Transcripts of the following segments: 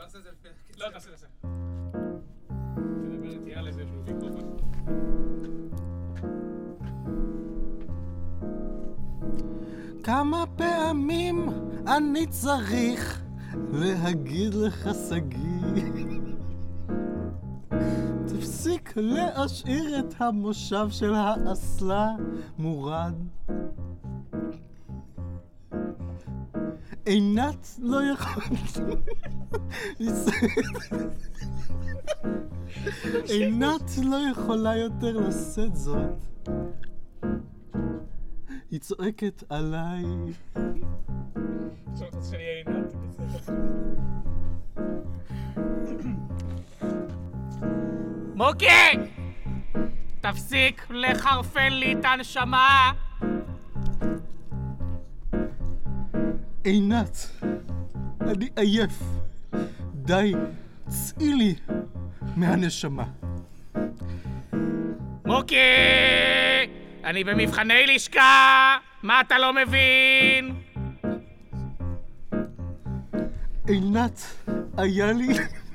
תעשה את זה לפי הקצב. לא, תעשה. תדבר איתי על איזשהו מיקרופון. כמה פעמים אני צריך להגיד לך סגי, תפסיק להשאיר את המושב של האסלה מורד. עינת לא יכולה עינת לא יכולה יותר לשאת זאת. היא צועקת עליי. עכשיו אתה רוצה שאני אהיה עינת? מוקי! תפסיק לחרפן לי את הנשמה! עינת, אני עייף. די, צאי לי מהנשמה. מוקי! אני במבחני לשכה! מה אתה לא מבין? עינת, היה לי...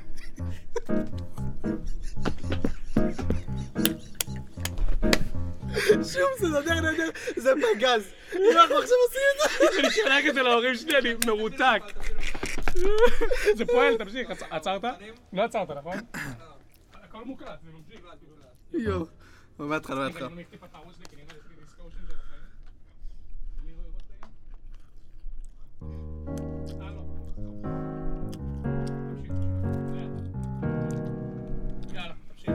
שום זה נדר, זה פגז. אם אנחנו עכשיו עושים את זה. אני שולח את זה להורים שלי, אני מרותק. זה פועל, תמשיך. עצרת? לא עצרת, נכון? הכל מוקלט, זה ממשיך. יו, מההתחלה. אני מקטיף את הערוץ לי, כי נראה לי דיסקושן של החיים. אני רואה לראות את זה? לא. תמשיך. יאללה, תמשיך.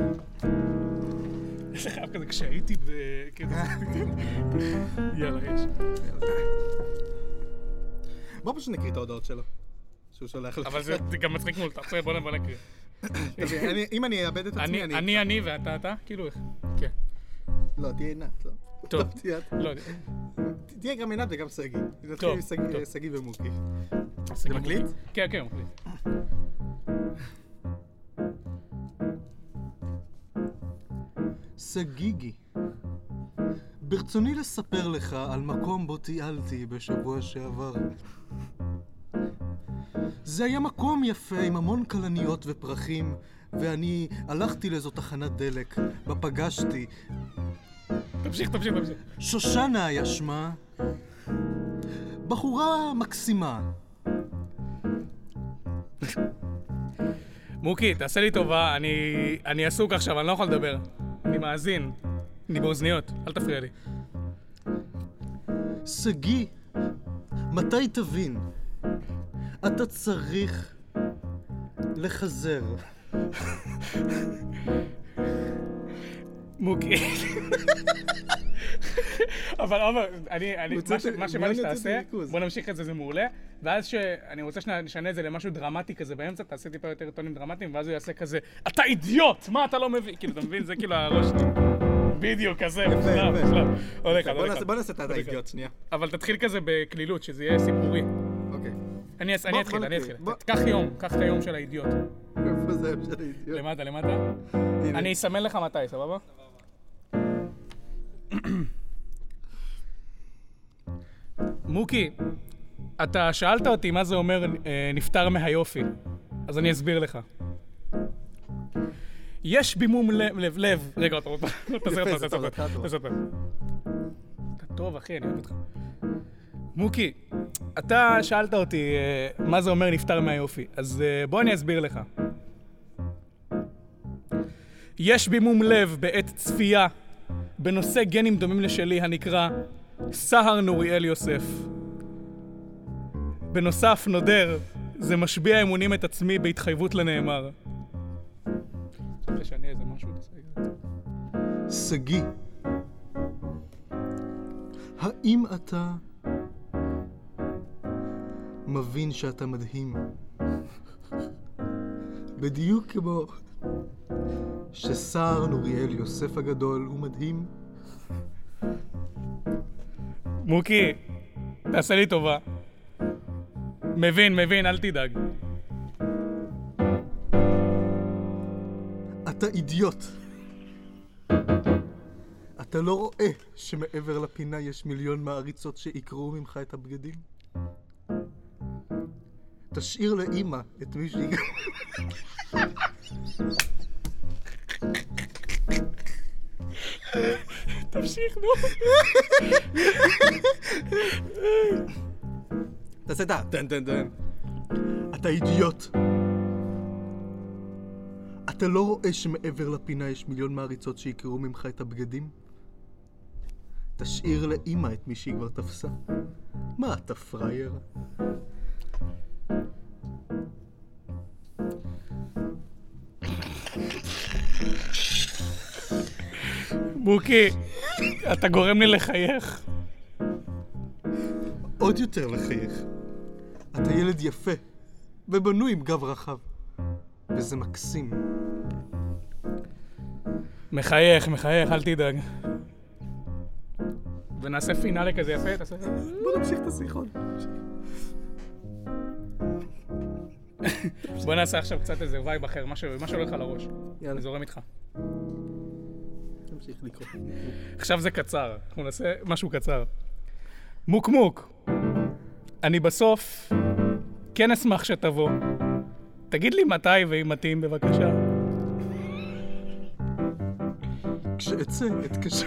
זה חייב כזה כשהייתי יאללה, יש. בוא פשוט נקריא את ההודעות שלו. שהוא שולח לך. אבל זה גם מצחיק מול, תעשה, בוא נקריא. אם אני אאבד את עצמי, אני ואתה, כאילו איך? כן. לא, תהיה עינת, לא. טוב. לא, תהיה גם עינת וגם סגי. טוב. נתחיל סגי ומוקי. זה מקליט? כן, כן, מקליט. סגיגי, ברצוני לספר לך על מקום בו טיילתי בשבוע שעבר. זה היה מקום יפה עם המון כלניות ופרחים, ואני הלכתי לאיזו תחנת דלק, בה פגשתי... תמשיך. שושנה היה שמה, בחורה מקסימה. מוקי, תעשה לי טובה, אני עסוק עכשיו, אני לא יכול לדבר. אני מאזין, אני באוזניות, אל תפריע לי. סגי, מתי תבין? אתה צריך לחזר. מוקי. אבל מה שבא לי שתעשה, בוא נמשיך את זה, זה מעולה, ואז שאני רוצה שנשנה את זה למשהו דרמטי כזה באמצע, תעשה טיפה יותר טונים דרמטיים, ואז הוא יעשה כזה, אתה אידיוט! מה אתה לא מבין? כאילו, אתה מבין? זה כאילו הראש שלי. בדיוק כזה, בשלב. בוא נעשה את האידיוט שנייה. אבל תתחיל כזה בכלילות, שזה יהיה סיפורי. אוקיי. אני אתחיל. קח את היום של האידיוט. איפה זה היום של האידיוט? למטה. אני אסמן לך מתי, סבבה? מוקי, אתה שאלת אותי מה זה אומר נפטר מהיופי, אז אני אסביר לך. יש בימום לב, רגע, אתה טוב אחי, אני אוהב אותך. מוקי, אתה שאלת אותי מה זה אומר נפטר מהיופי, אז בוא אני אסביר לך. יש בימום לב בעת צפייה בנושא גנים דומים לשלי הנקרא סהר נוריאל יוסף. בנוסף נודר, זה משביע אמונים את עצמי בהתחייבות לנאמר. צריך לשנה איזה משהו? סגי, האם אתה מבין שאתה מדהים? בדיוק כמו שסהר נוריאל יוסף הגדול הוא מדהים? מוקי, תעשה לי טובה. מבין, אל תדאג. אתה אידיוט. אתה לא רואה שמעבר לפינה יש מיליון מעריצות שיקראו ממך את הבגדים? תשאיר לאמא את מי שהיא... תמשיך, נו. תעשה את טן. אתה אידיוט. אתה לא רואה שמעבר לפינה יש מיליון מעריצות שיקראו ממך את הבגדים? תשאיר לאמא את מי שהיא כבר תפסה. מה אתה פרייר? מוקי, אתה גורם לי לחייך. עוד יותר לחייך. אתה ילד יפה ובנוי עם גב רחב, וזה מקסים. מחייך, אל תדאג. ונעשה פינאלי כזה יפה, תעשה... בוא נמשיך את השיחות. בוא נעשה עכשיו קצת איזה וייב אחר, מה שהולך על הראש. אני זורם איתך. נמשיך לקרוא. עכשיו זה קצר, אנחנו נעשה משהו קצר. מוק, אני בסוף כן אשמח שתבוא. תגיד לי מתי ואם מתאים בבקשה. כשאצא, אתקשר.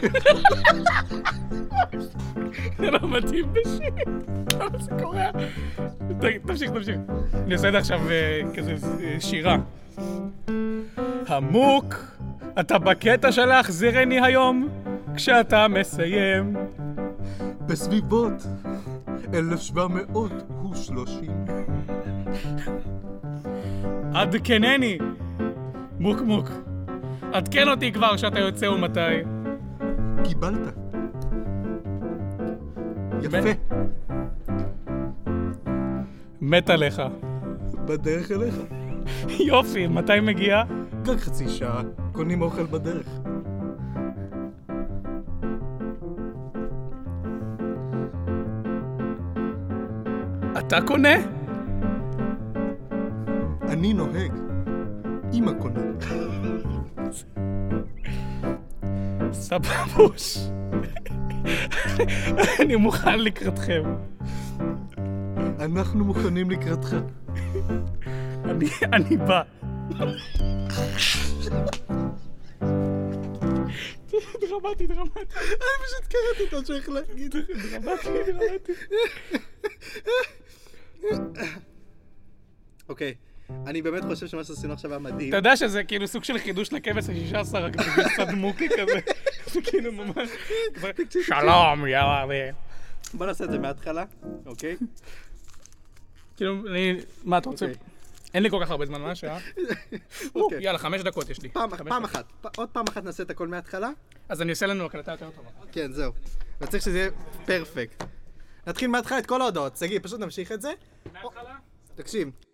זה לא מתאים בשיט. למה זה קורה? תמשיך. אני עושה את עכשיו כזה שירה. המוק, אתה בקטע של להחזירני היום כשאתה מסיים. בסביבות 1730. עדכנני. מוק. עדכן אותי כבר שאתה יוצא ומתי. קיבלת. יפה. מת עליך. בדרך אליך. יופי, מתי מגיע? רק חצי שעה. קונים אוכל בדרך. אתה קונה? אני נוהג. אמא קונה. סבבוש. אני מוכן לקראתכם. אנחנו מוכנים לקראתך. אני בא. דרמטי. אני פשוט קראתי את מה שהולך להגיד. דרמטי. אוקיי. אני באמת חושב שמה שעשינו עכשיו היה מדהים. אתה יודע שזה כאילו סוג של חידוש לכבש ה-16 רק בגרסת מוקי כזה. זה כאילו ממש... שלום, ילדים. בוא נעשה את זה מההתחלה, אוקיי? כאילו, מה אתה רוצה? אין לי כל כך הרבה זמן, מה שעה? יאללה, 5 דקות יש לי. פעם אחת. עוד פעם אחת נעשה את הכל מההתחלה. אז אני אעשה לנו הקלטה יותר טובה. כן, זהו. וצריך שזה יהיה פרפקט. נתחיל מההתחלה את כל ההודעות. סגי, פשוט נמשיך את זה. מההתחלה? תקשיב.